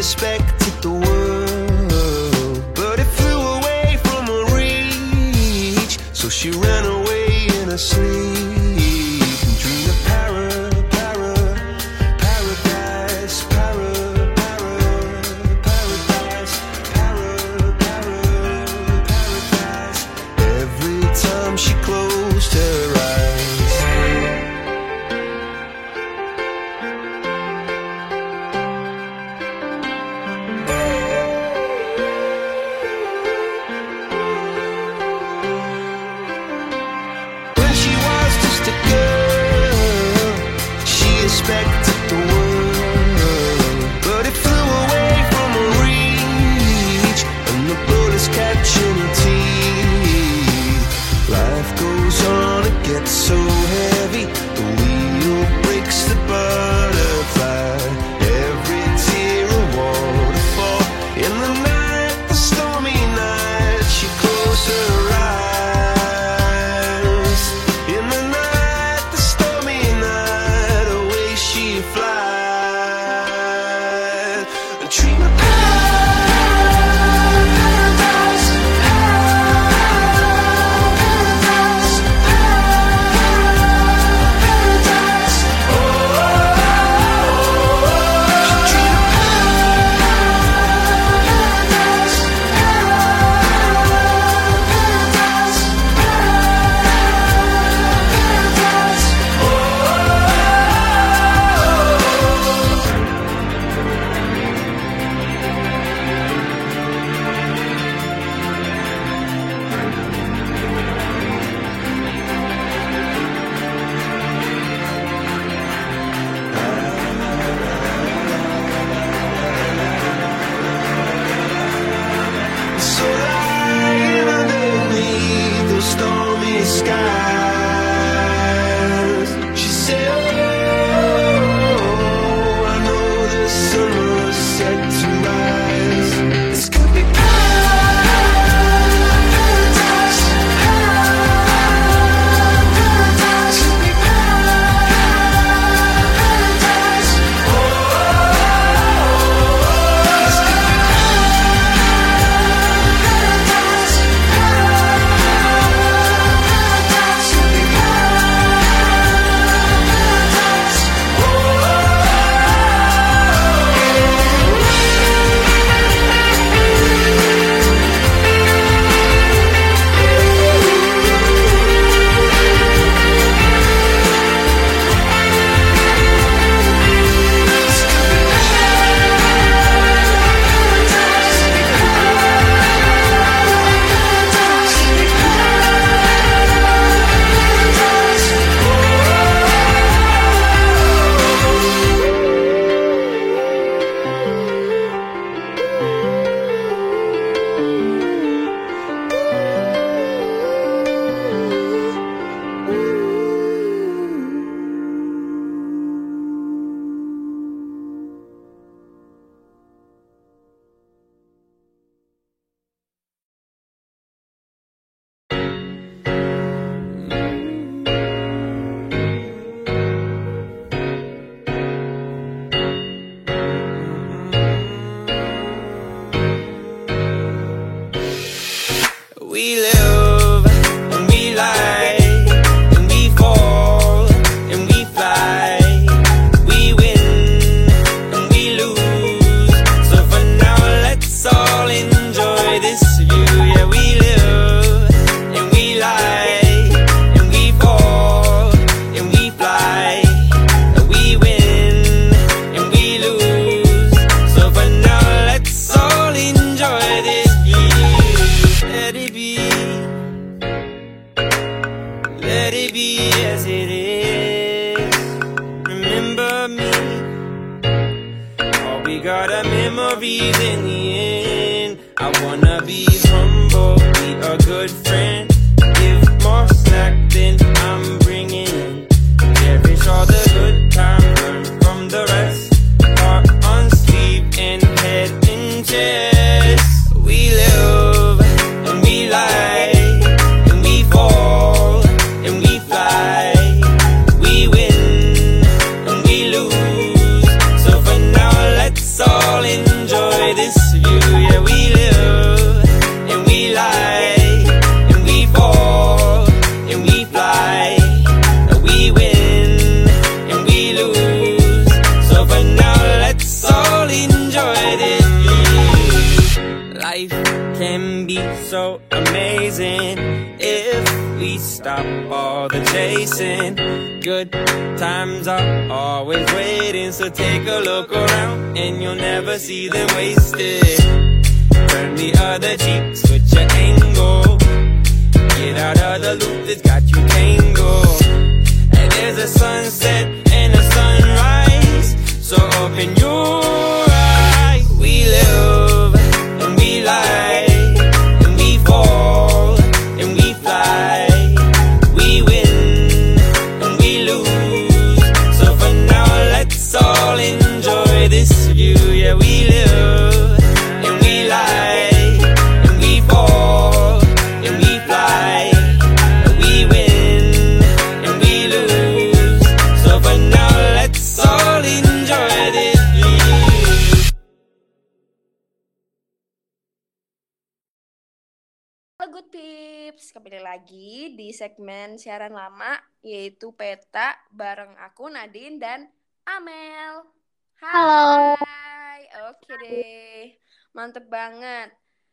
expected the world, but it flew away from her reach. So she ran away in her sleep and dreamed of paradise, paradise. Every time she closed her eyes, when she was just a girl, she expected the world, but it flew away from her reach, and the bullets catching her teeth. Life goes on, it gets so heavy, the wheel breaks the butterfly. Every tear a waterfall. In the night, the stormy night, she closed her eyes. In the night, the stormy night, away she flies. A dream of paradise, paradise, paradise. Oh, she dreamed of paradise, so lying underneath those stormy skies, she said, oh, I know the sun was set to rise. This could be paradise, paradise, could be paradise. Oh, this could be we live and we lie and we fall and we fly. We win and we lose. So for now, let's all enjoy this view. Yeah, we live and we lie and we fall and we fly. We win and we lose. So for now, let's all enjoy this view. Let it be. Let it be as it is. Remember me. All we got are memories in the end. I wanna be humble, be a good friend. Give more slack than I'm bringing. Cherish all the good times, learn from the rest. Heart on sleeve and head in chest. We live and we lie and we fall and we fly. We win and we lose. So for now, let's all enjoy Life can be so amazing if we stop all the chasing. Good times are always waiting, so take a look around and you'll never see them wasted. Turn the other cheek, switch your angle. Get out of the loop that's got you tangled. And there's a sunset and a sunrise, so open your eyes. We live and we lie, and we fall and we fly. We win and we lose, so for now let's all enjoy this view. Yeah, we live and we lie, and we fall and we fly. We win and we lose, so for now let's all enjoy this view. Halo Good Pips, kembali lagi di segmen siaran lama yaitu Peta bareng aku Nadine dan Amel. Halo. Hai, oke deh, mantep banget.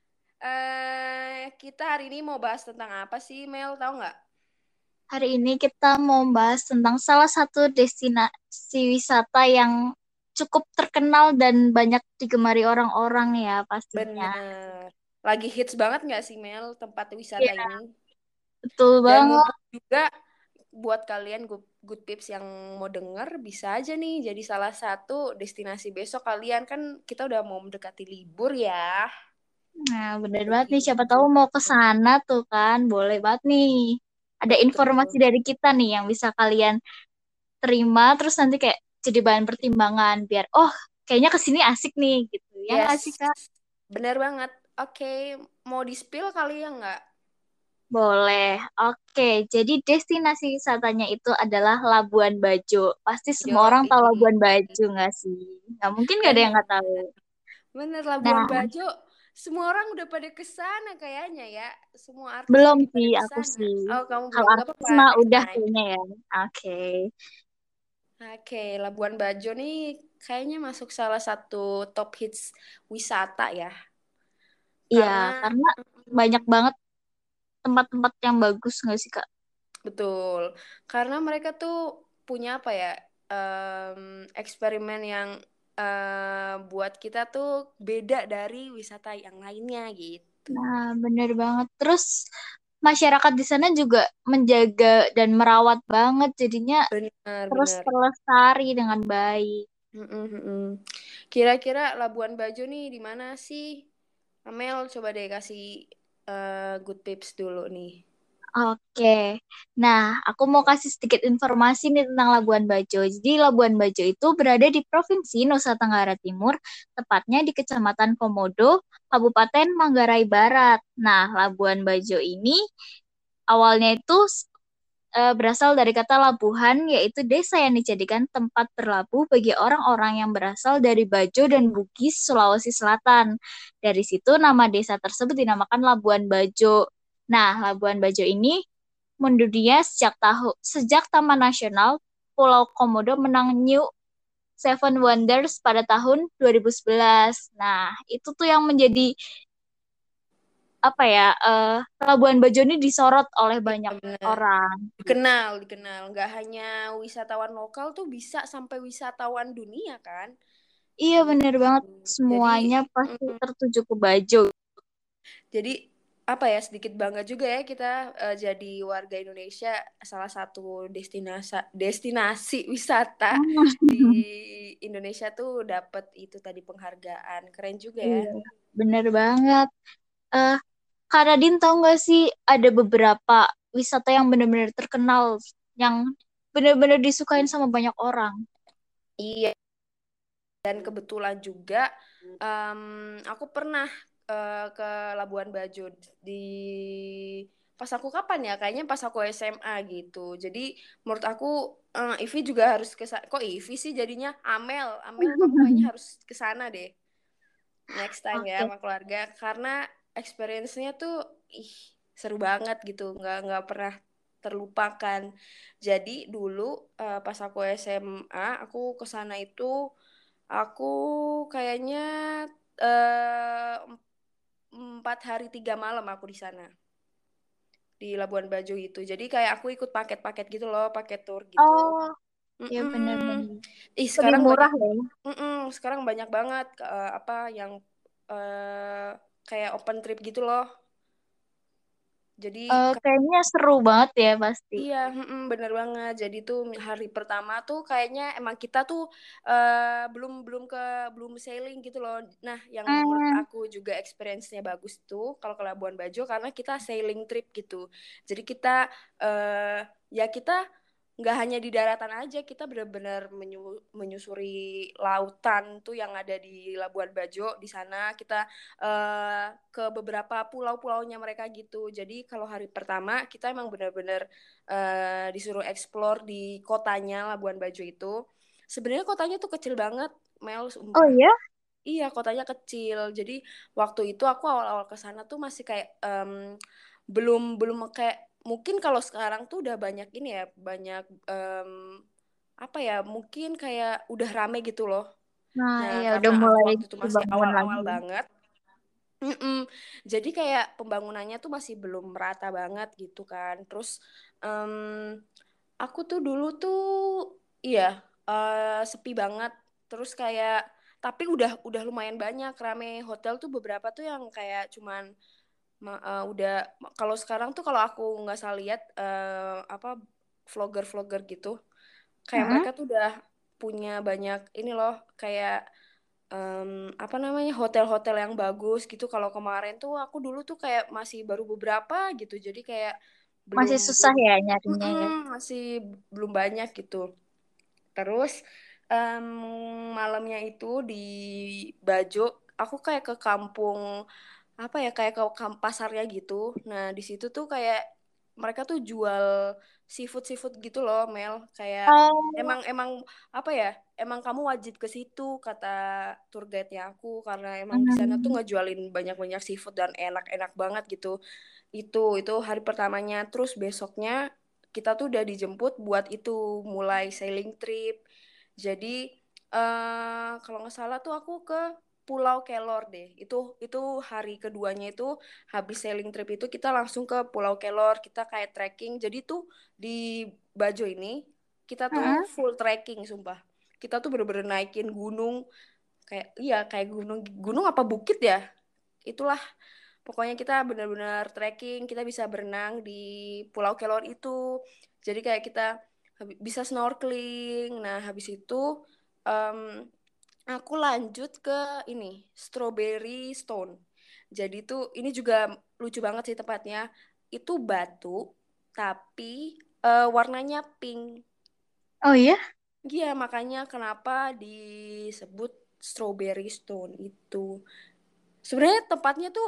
Kita hari ini mau bahas tentang apa sih Mel, tahu nggak? Hari ini kita mau bahas tentang salah satu destinasi wisata yang cukup terkenal dan banyak digemari orang-orang ya pastinya. Bener, lagi hits banget nggak sih Mel tempat wisata Iya, ini? betul Dan banget. mumpung juga buat kalian good tips yang mau denger bisa aja nih jadi salah satu destinasi besok kalian, kan kita udah mau mendekati libur ya. Nah, bener banget nih. Siapa Gitu. tahu mau ke sana tuh kan. Boleh banget nih. Ada informasi Betul. dari kita nih yang bisa kalian terima. Terus nanti kayak jadi bahan pertimbangan. Biar, kayaknya kesini asik nih gitu. Ya nggak sih, Yes, Kak? bener banget. Oke, mau di-spill kali ya nggak? Boleh. Oke, jadi destinasi wisatanya itu adalah Labuan Bajo. Pasti semua orang tahu Yoi. Labuan Bajo nggak sih? Nggak mungkin nggak ada yang nggak tahu. Bener, Labuan Nah, Bajo. Semua orang udah pada kesana kayaknya ya. Semua artis belum lagi sih pada aku kesana. sih. Oh, kamu Kalau belum? Gak artis apa-apa, mah next udah time. kayaknya ya. Oke. Oke, Labuan Bajo nih kayaknya masuk salah satu top hits wisata ya. Iya, Karena karena banyak banget tempat-tempat yang bagus nggak sih, Kak? betul. Karena mereka tuh punya apa ya? Eksperimen yang buat kita tuh beda dari wisata yang lainnya gitu. Nah, bener banget. Terus masyarakat di sana juga menjaga dan merawat banget, jadinya terus Benar-benar. terlestari dengan baik. Kira-kira Labuan Bajo nih di mana sih? Amel, coba deh kasih good tips dulu nih. Oke, nah aku mau kasih sedikit informasi nih tentang Labuan Bajo. Jadi Labuan Bajo itu berada di Provinsi Nusa Tenggara Timur, tepatnya di Kecamatan Komodo, Kabupaten Manggarai Barat. Nah, Labuan Bajo ini awalnya itu berasal dari kata labuhan, yaitu desa yang dijadikan tempat berlabuh bagi orang-orang yang berasal dari Bajo dan Bugis, Sulawesi Selatan. Dari situ nama desa tersebut dinamakan Labuan Bajo. Nah, Labuan Bajo ini mendunia sejak Taman Nasional Pulau Komodo menang New Seven Wonders pada tahun 2011. Nah, itu tuh yang menjadi apa ya? Labuan Bajo ini disorot oleh Iya, banyak benar. orang. Dikenal. Nggak hanya wisatawan lokal tuh bisa sampai wisatawan dunia kan? Iya bener Gitu. banget, Jadi, semuanya pasti mm, tertuju ke Bajo. jadi apa ya, sedikit bangga juga ya kita jadi warga Indonesia salah satu destinasi wisata di Hmm. Indonesia tuh dapat itu tadi penghargaan. Keren juga ya. Iya, bener banget. Eh, Kak Radin tahu nggak sih ada beberapa wisata yang benar-benar terkenal, yang benar-benar disukain sama banyak orang. Iya, dan kebetulan juga aku pernah ke Labuan Bajo di pas aku kapan ya? Kayaknya pas aku SMA gitu. Jadi menurut aku Ivi juga harus ke kok Ivi sih jadinya Amel kamu kayaknya harus ke sana deh next time ya Oke. sama keluarga, karena experience-nya tuh seru banget gitu, nggak pernah terlupakan. Jadi dulu pas aku SMA aku ke sana itu aku kayaknya 4 hari 3 malam aku di sana di Labuan Bajo itu. Jadi kayak aku ikut paket-paket gitu loh, paket tour gitu. Oh, ya benar-benar. Lebih Sekarang murah banyak, ya. sekarang banyak banget apa yang kayak open trip gitu loh. Jadi Kayaknya seru banget ya pasti. iya, bener banget. Jadi tuh hari pertama tuh kayaknya emang kita tuh belum belum sailing gitu loh. Nah, yang menurut Hmm, aku juga experience-nya bagus tuh kalau ke Labuan Bajo karena kita sailing trip gitu. Jadi kita eh ya kita nggak hanya di daratan aja, kita benar-benar menyusuri lautan tuh yang ada di Labuan Bajo. Di sana kita ke beberapa pulau-pulaunya mereka gitu. Jadi kalau hari pertama kita emang benar-benar disuruh explore di kotanya Labuan Bajo itu. Sebenarnya kotanya tuh kecil banget, Mel, oh sumpah. ya? Iya, kotanya kecil. Jadi waktu itu aku awal-awal ke sana tuh masih kayak belum belum kayak mungkin kalau sekarang tuh udah banyak ini ya, banyak apa ya, mungkin kayak udah rame gitu loh. Nah, Nah, ya udah karena aku mulai waktu itu masih dibangun awal-awal lagi. banget. Jadi kayak pembangunannya tuh masih belum merata banget gitu kan. Terus em, aku tuh dulu tuh iya sepi banget. Terus kayak tapi udah lumayan banyak rame hotel tuh beberapa tuh yang kayak cuman udah kalau sekarang tuh kalau aku nggak salah lihat apa vlogger-vlogger gitu kayak Mm-mm. mereka tuh udah punya banyak ini loh kayak apa namanya hotel-hotel yang bagus gitu. Kalau kemarin tuh aku dulu tuh kayak masih baru beberapa gitu. Jadi kayak belum Masih susah belum ya nyarinya ya. masih belum banyak gitu. Terus em, malamnya itu di Bajo aku kayak ke kampung apa ya kayak ke pasarnya gitu. Nah, di situ tuh kayak mereka tuh jual seafood seafood gitu loh, Mel. Kayak Oh, emang emang apa ya? Emang kamu wajib ke situ kata tour guide-nya aku karena emang di sana tuh hmm, ngejualin banyak-banyak seafood dan enak-enak banget gitu. Itu hari pertamanya. Terus besoknya kita tuh udah dijemput buat itu mulai sailing trip. Jadi kalau nggak salah tuh aku ke Pulau Kelor deh. Itu hari keduanya itu habis sailing trip itu kita langsung ke Pulau Kelor. Kita kayak trekking. Jadi tuh di Bajo ini kita tuh mm-mm. full trekking sumpah. Kita tuh bener-bener naikin gunung kayak iya kayak gunung gunung apa bukit ya? Itulah pokoknya kita benar-benar trekking, kita bisa berenang di Pulau Kelor itu. Jadi kayak kita bisa snorkeling. Nah, habis itu em, aku lanjut ke ini, Strawberry Stone. Jadi tuh ini juga lucu banget sih tempatnya. Itu batu tapi warnanya pink. Oh iya? Iya, makanya kenapa disebut Strawberry Stone itu. Sebenarnya tempatnya tuh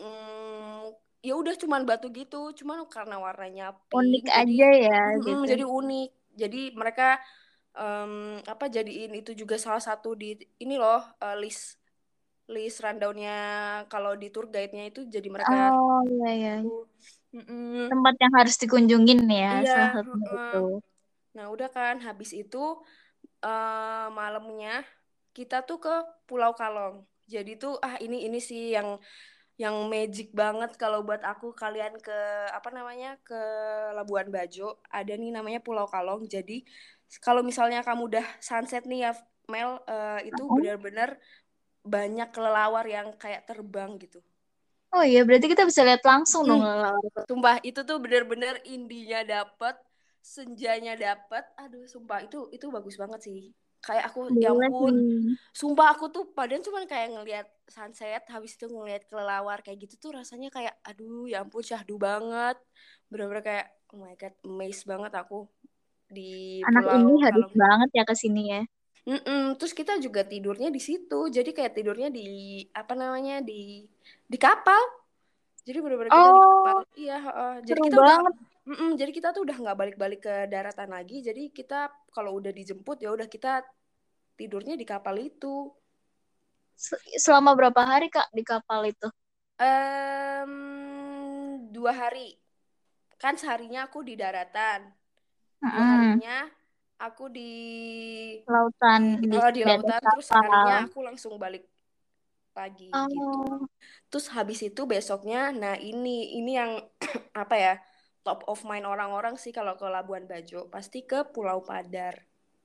ya udah cuman batu gitu, cuman karena warnanya Unik pink, jadi aja ya gitu. jadi unik. Jadi mereka apa jadiin itu juga salah satu di ini loh list list rundownnya kalau di tour guide-nya itu jadi mereka Oh iya iya. tuh. Mm-mm. Tempat yang harus dikunjungin ya Iya, salah satunya heeh. itu. Nah udah kan habis itu malamnya kita tuh ke Pulau Kalong. Jadi tuh ini sih yang magic banget kalau buat aku kalian ke apa namanya ke Labuan Bajo ada nih namanya Pulau Kalong. Jadi kalau misalnya kamu udah sunset nih ya Mel itu Mm. benar-benar banyak kelelawar yang kayak terbang gitu. Oh iya, berarti kita bisa lihat langsung dong Hmm, lalat. sumpah itu tuh bener-bener indinya dapet, senjanya dapet. Aduh, sumpah itu bagus banget sih. Kayak aku, ya Boleh ampun, sih. sumpah aku tuh padahal cuma kayak ngelihat sunset, habis itu ngelihat kelelawar kayak gitu tuh rasanya kayak, aduh, ya ampun syahdu banget. Bener-bener kayak, oh my God, amazed banget aku di Anak Pulau ini harus Kalong. banget ya ke sini ya. Terus kita juga tidurnya di situ, jadi kayak tidurnya di apa namanya di kapal. Jadi bener-bener kita di kapal. Oh, Iya, heeh. Jadi seru kita udah banget. jadi kita tuh udah nggak balik-balik ke daratan lagi. Jadi kita kalau udah dijemput ya udah kita tidurnya di kapal itu. Selama berapa hari Kak di kapal itu? 2 hari. Kan seharinya aku di daratan. Dua Mm-mm. harinya aku di Lautan di di di atas lautan. Terus kapal. seharinya aku langsung balik pagi gitu. Oh. Terus habis itu besoknya, nah ini yang apa ya, top of mind orang-orang sih kalau ke Labuan Bajo pasti ke Pulau Padar.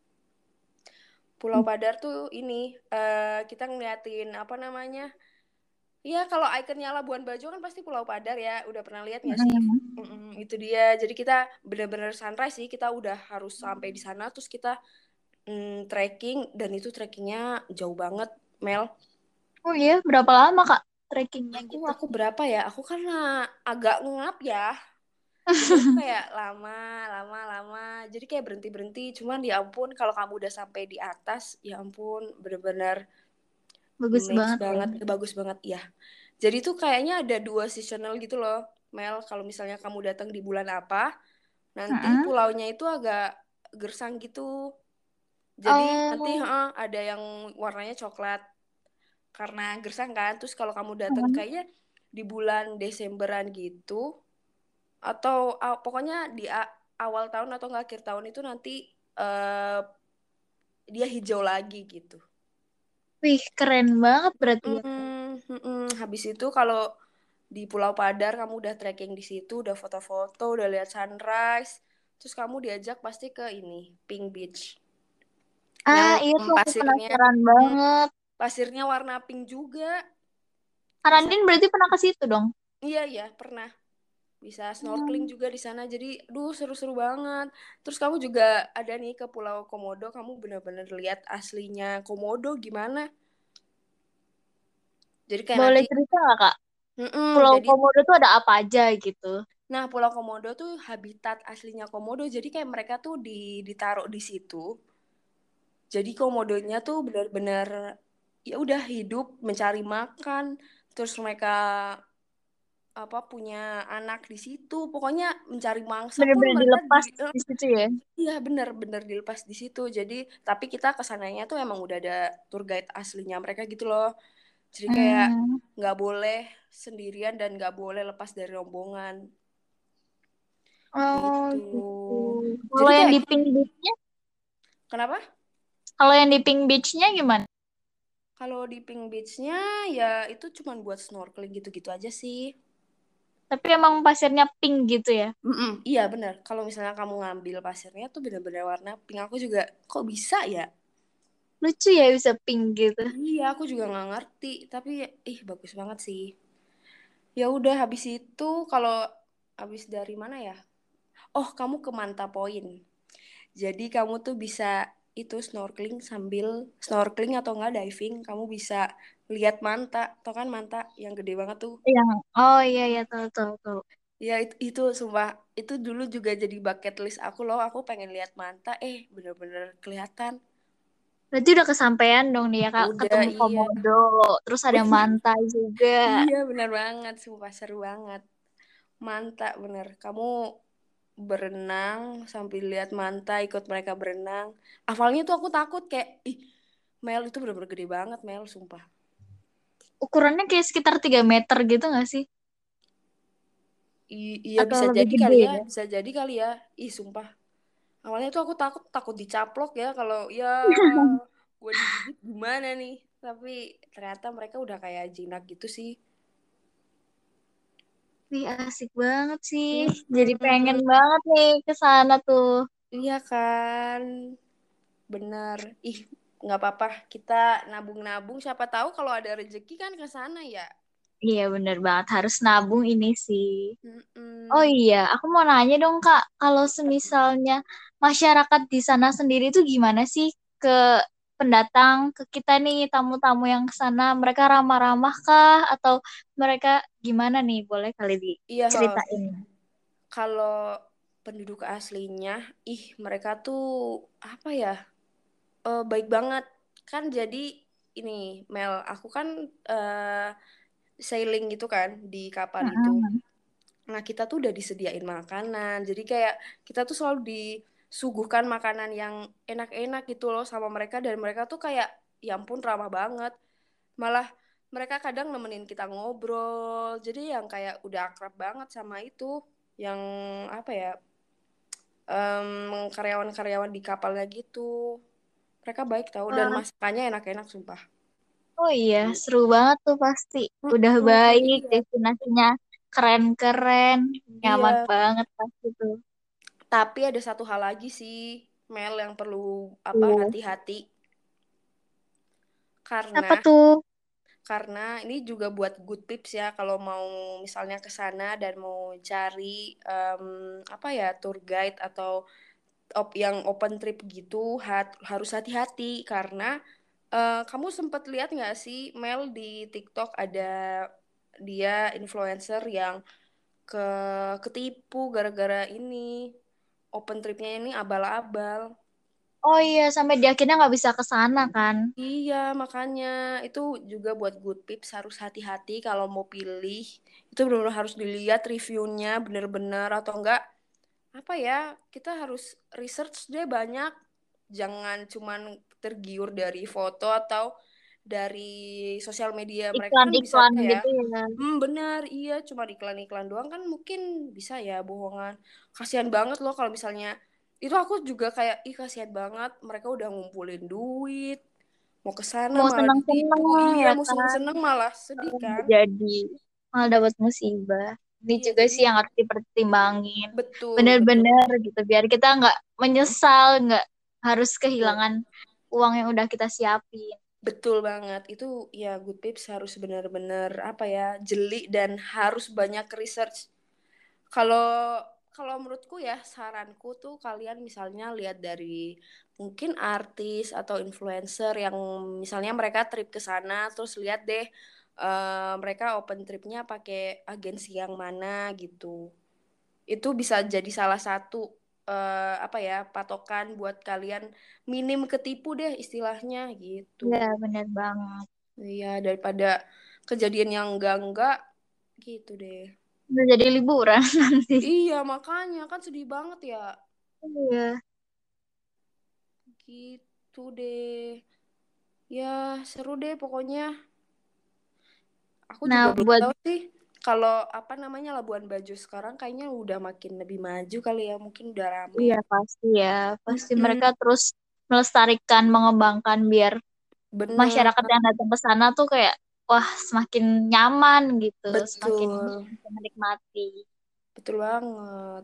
Pulau Padar tuh ini kita ngeliatin apa namanya? Iya, kalau ikonnya Labuan Bajo kan pasti Pulau Padar ya. Udah pernah lihat nggak sih? Mm-mm. Itu dia. Jadi kita bener-bener sunrise sih. Kita udah harus sampai di sana. Terus kita trekking. Dan itu trekkingnya jauh banget, Mel. Oh iya, berapa lama Kak trekkingnya gitu? Aku berapa ya? Aku karena agak ngap ya. Jadi aku kayak lama, lama, lama. Jadi kayak berhenti-berhenti. Cuman ya ampun, kalau kamu udah sampai di atas, ya ampun, bener-bener Bagus match banget ya. banget, bagus banget ya. Jadi tuh kayaknya ada 2 seasonal gitu loh, Mel. Kalau misalnya kamu datang di bulan apa, nanti Mm-mm. pulaunya itu agak gersang gitu. Jadi nanti Oh. ada yang warnanya coklat karena gersang kan. Terus kalau kamu datang Mm. kayaknya di bulan Desemberan gitu, atau pokoknya di awal tahun atau nggak akhir tahun itu nanti eh, dia hijau lagi gitu. Wih, keren banget berarti ya Kak. Habis itu kalau di Pulau Padar kamu udah trekking di situ, udah foto-foto, udah lihat sunrise, terus kamu diajak pasti ke ini, Pink Beach, yang Iya tuh aku pasirnya penasaran hmm, banget. pasirnya warna pink juga. Bisa, Arandin berarti pernah ke situ dong? iya iya pernah. Bisa snorkeling Hmm. juga di sana. Jadi, duh seru-seru banget. Terus kamu juga ada nih ke Pulau Komodo, kamu benar-benar lihat aslinya Komodo gimana. Jadi kayak Boleh nanti, cerita nggak Kak? Pulau jadi Komodo tuh ada apa aja gitu? nah, Pulau Komodo tuh habitat aslinya komodo. Jadi kayak mereka tuh ditaruh di situ. Jadi komodonya tuh benar-benar ya udah hidup mencari makan. Terus mereka apa punya anak di situ. Pokoknya mencari mangsa pun Bener-bener mereka dilepas di situ ya? iya benar-benar dilepas di situ. Jadi tapi kita kesananya tuh emang udah ada tour guide aslinya mereka gitu loh. Jadi kayak Hmm. nggak boleh sendirian dan nggak boleh lepas dari rombongan Oh gitu. gitu. Kalau Jadi yang kayak di Pink Beach-nya, kenapa? kalau yang di Pink Beach-nya gimana? Kalau di Pink Beach-nya ya itu cuma buat snorkeling gitu-gitu aja sih. Tapi emang pasirnya pink gitu ya? Iya benar. Kalau misalnya kamu ngambil pasirnya tuh benar-benar warna pink. Aku juga kok bisa ya? Lucu ya bisa pink gitu. Iya, aku juga nggak ngerti. Tapi bagus banget sih. Ya udah habis itu kalau habis dari mana ya? Oh, kamu ke Manta Point. Jadi kamu tuh bisa itu snorkeling sambil snorkeling atau enggak diving, kamu bisa lihat manta. Tau kan manta yang gede banget tuh. Yang oh iya iya tahu tahu tahu. Ya itu sumpah itu dulu juga jadi bucket list aku loh. Aku pengen lihat manta. Bener-bener kelihatan. Berarti udah kesampaian dong nih ya Kak, Udah ketemu iya. komodo, terus ada manta juga. Iya bener banget. Sumpah seru banget. Manta bener. Kamu berenang sambil lihat manta, ikut mereka berenang. Awalnya tuh aku takut kayak Mel itu bener-bener gede banget Mel, sumpah. Ukurannya kayak sekitar 3 meter gitu nggak sih? Iya Atau bisa lebih jadi gede kali ya, ya? bisa jadi kali ya. Sumpah. Awalnya tuh aku takut takut dicaplok ya kalau ya gue digigit gimana nih. Tapi ternyata mereka udah kayak jinak gitu sih. Wih, asik banget sih. Jadi pengen Mm-mm. banget nih ke sana tuh. Iya kan, bener. Nggak apa-apa. Kita nabung-nabung. Siapa tahu kalau ada rezeki kan ke sana ya. Iya, bener banget. Harus nabung ini sih. Oh Mm-mm. iya, aku mau nanya dong Kak, kalau semisalnya masyarakat di sana sendiri tuh gimana sih ke pendatang, ke kita nih, tamu-tamu yang ke sana, mereka ramah-ramah kah? Atau mereka gimana nih? Boleh kali Iya, Ho. diceritain. Kalau penduduk aslinya, mereka tuh apa ya? Baik banget. Kan jadi ini Mel, aku kan sailing gitu kan di kapal itu. Mm-mm. Nah, kita tuh udah disediain makanan. Jadi kayak kita tuh selalu disuguhkan makanan yang enak-enak gitu loh sama mereka dan mereka tuh kayak ya ampun ramah banget. Malah mereka kadang nemenin kita ngobrol. Jadi yang kayak udah akrab banget sama itu yang apa ya? Karyawan-karyawan di kapalnya gitu. Mereka baik tahu dan Wah, masakannya enak-enak sumpah. Oh iya, seru banget tuh pasti. Udah baik, Iya, destinasinya keren-keren, nyaman iya. banget pasti tuh. Tapi ada satu hal lagi sih, Mel, yang perlu apa Tuh. hati-hati Apa karena tuh? ini juga buat good tips ya kalau mau misalnya ke sana dan mau cari apa ya tour guide atau yang open trip gitu harus hati-hati karena kamu sempat lihat nggak sih Mel di TikTok ada dia influencer yang ke ketipu gara-gara ini open tripnya ini abal-abal. Oh iya, sampai di akhirnya nggak bisa ke sana kan? Iya, makanya itu juga buat good tips harus hati-hati kalau mau pilih. Itu benar-benar harus dilihat reviewnya bener-bener atau enggak apa ya, kita harus research deh banyak. Jangan cuman tergiur dari foto atau dari sosial media. Mereka kan bisa Iklan-iklan ya. gitu ya. Benar, iya cuma iklan-iklan doang kan mungkin bisa ya bohongan. Kasihan banget loh kalau misalnya itu aku juga kayak ih kasihan banget mereka udah ngumpulin duit mau ke sana Mau malah seneng-seneng ditipu. Iya, ya mau kan? seneng-seneng malah sedih kan. Jadi malah dapat musibah. Ini Iya, juga jadi sih yang harus dipertimbangin. betul, betul, Bener-bener gitu, biar kita nggak menyesal, nggak harus betul. kehilangan uang yang udah kita siapin. Betul banget. Itu ya good tips harus benar-benar apa ya, jeli dan harus banyak research. Kalau kalau menurutku ya saranku tuh kalian misalnya lihat dari mungkin artis atau influencer yang misalnya mereka trip ke sana terus lihat deh mereka open tripnya pakai agensi yang mana gitu. Itu bisa jadi salah satu apa ya patokan buat kalian minim ketipu deh istilahnya gitu. Iya, bener banget. Iya daripada kejadian yang enggak gitu deh. Udah jadi liburan nanti. Iya makanya kan sedih banget ya Iya. gitu deh. Ya seru deh pokoknya. Aku juga Nah, belum buat tahu sih kalau apa namanya Labuan Bajo sekarang kayaknya udah makin lebih maju kali ya mungkin udah rame. iya pasti ya, pasti Mm-mm, mereka terus melestarikan, mengembangkan biar bener masyarakat yang datang ke sana tuh kayak wah semakin nyaman gitu, semakin betul bisa menikmati. betul banget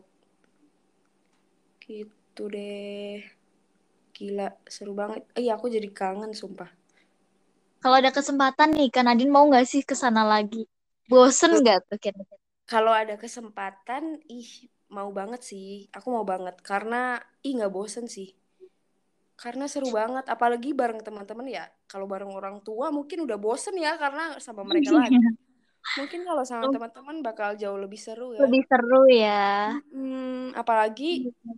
gitu deh. Gila, seru banget. Iya, aku jadi kangen, sumpah. Kalau ada kesempatan nih, Kak Nadine mau nggak sih ke sana lagi? Bosen nggak tuh kira-kira? Kalau ada kesempatan, ih, mau banget sih. Aku mau banget. Karena, ih, nggak bosen sih. Karena seru banget. Apalagi bareng teman-teman ya. Kalau bareng orang tua mungkin udah bosen ya. Karena sama mereka lagi. Mungkin kalau sama teman-teman bakal jauh lebih seru ya. Lebih seru ya. Apalagi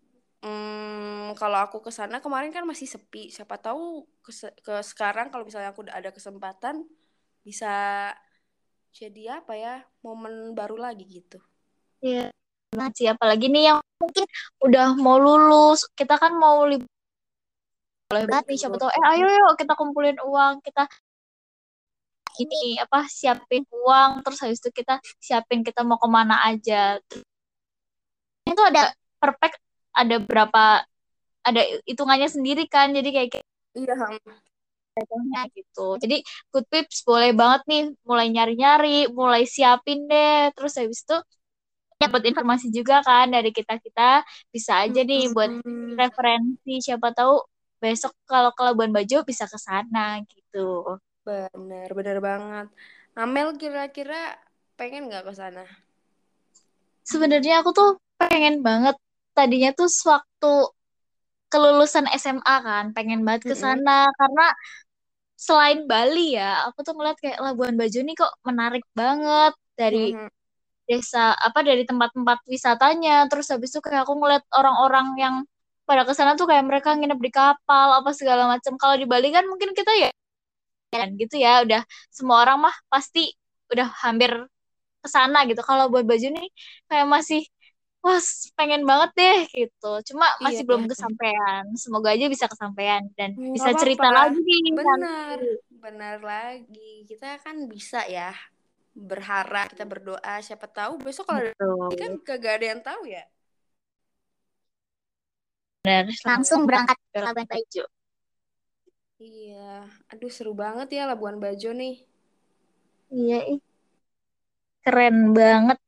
kalau aku ke sana kemarin kan masih sepi. Siapa tahu ke sekarang kalau misalnya aku udah ada kesempatan bisa jadi apa ya momen baru lagi gitu. Iya, banget sih. Apalagi nih yang mungkin udah mau lulus, kita kan mau libur banget nih. Siapa Betul. tahu, ayo yuk kita kumpulin uang, kita ini apa siapin uang, terus habis itu kita siapin kita mau kemana aja. Itu ada perfect, ada berapa, ada hitungannya sendiri kan. Jadi kayak Iya, contohnya gitu. Jadi good tips boleh banget nih, mulai nyari-nyari, mulai siapin deh. Terus habis itu dapat informasi juga kan dari kita-kita, bisa aja nih buat mm, referensi, siapa tahu besok kalau ke Labuan Bajo bisa ke sana gitu. bener bener banget. Amel kira-kira pengen nggak ke sana? Sebenarnya aku tuh pengen banget, tadinya tuh sewaktu kelulusan SMA kan pengen banget ke Mm-mm, sana karena selain Bali ya, aku tuh ngeliat kayak Labuan Bajo nih kok menarik banget dari mm-mm, desa apa dari tempat-tempat wisatanya. Terus habis itu kayak aku ngeliat orang-orang yang pada ke sana tuh kayak mereka nginep di kapal apa segala macam. Kalau di Bali kan mungkin kita ya dan gitu ya udah semua orang mah pasti udah hampir ke sana gitu. Kalau buat baju nih kayak masih wah pengen banget deh gitu. Cuma iya masih iya belum kesampaian. Semoga aja bisa kesampaian dan nggak bisa apa-apa cerita lagi nih nanti. bener bener lagi kita kan bisa ya berharap kita berdoa siapa tahu besok kalau ada kan Betul. kagak ada yang tahu ya. Bener. Iya. Langsung berangkat ke Labuan Bajo. Iya, aduh seru banget ya Labuan Bajo nih. Iya, ih, keren banget.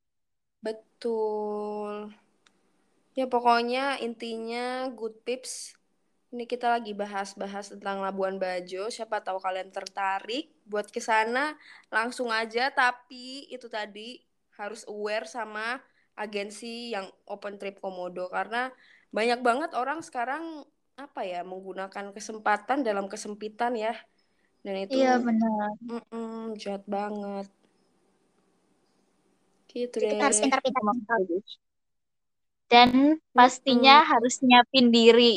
Betul. Ya pokoknya intinya good tips. Ini kita lagi bahas-bahas tentang Labuan Bajo. Siapa tahu kalian tertarik buat ke sana, langsung aja. Tapi itu tadi harus aware sama agensi yang open trip Komodo karena banyak banget orang sekarang apa ya menggunakan kesempatan dalam kesempitan ya. Dan Iya, itu benar. jahat banget. Gitu Jadi kita harus deh. pintar-pintar memahami. Dan pastinya Mm-mm. harus nyiapin diri.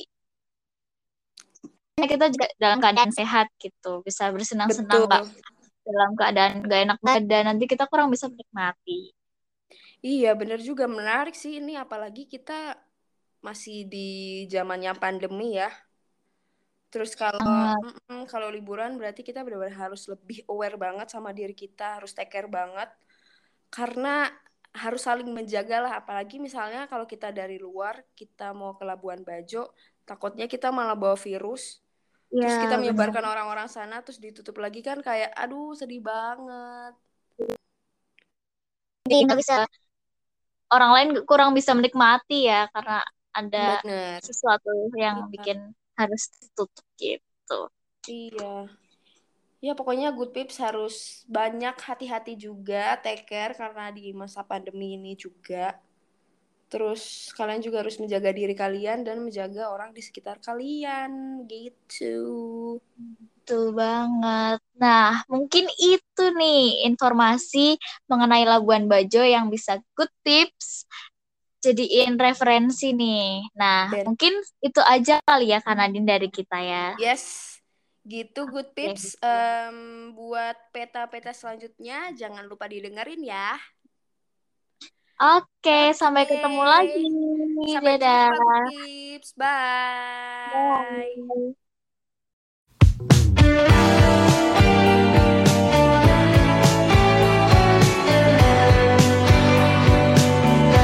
Kita juga dalam keadaan sehat gitu. Bisa bersenang-senang, nggak Betul. dalam keadaan nggak enak badan. Nanti kita kurang bisa menikmati. Iya, bener juga menarik sih ini apalagi kita masih di zamannya pandemi ya. Terus Sangat. kalau liburan berarti kita benar-benar harus lebih aware banget sama diri kita, harus take care banget karena harus saling menjaga lah apalagi misalnya kalau kita dari luar, kita mau ke Labuan Bajo, takutnya kita malah bawa virus. Iya, Terus kita benar. menyebarkan orang-orang sana terus ditutup lagi kan kayak aduh sedih banget. Jadi nggak bisa, orang lain kurang bisa menikmati ya karena ada Bener. sesuatu yang Iya. bikin harus tutup gitu. Iya. Ya pokoknya good pips harus banyak hati-hati juga, take care karena di masa pandemi ini juga. Terus kalian juga harus menjaga diri kalian dan menjaga orang di sekitar kalian gitu. Betul banget. Nah, mungkin itu nih informasi mengenai Labuan Bajo yang bisa good tips jadiin referensi nih. Nah, Ben, mungkin itu aja kali ya Kanadin dari kita ya. yes, gitu good Oke. tips. Buat peta-peta selanjutnya jangan lupa didengerin ya. Oke, sampai ketemu Oke, lagi. sampai jumpa good Dadah. tips. Bye. Bye.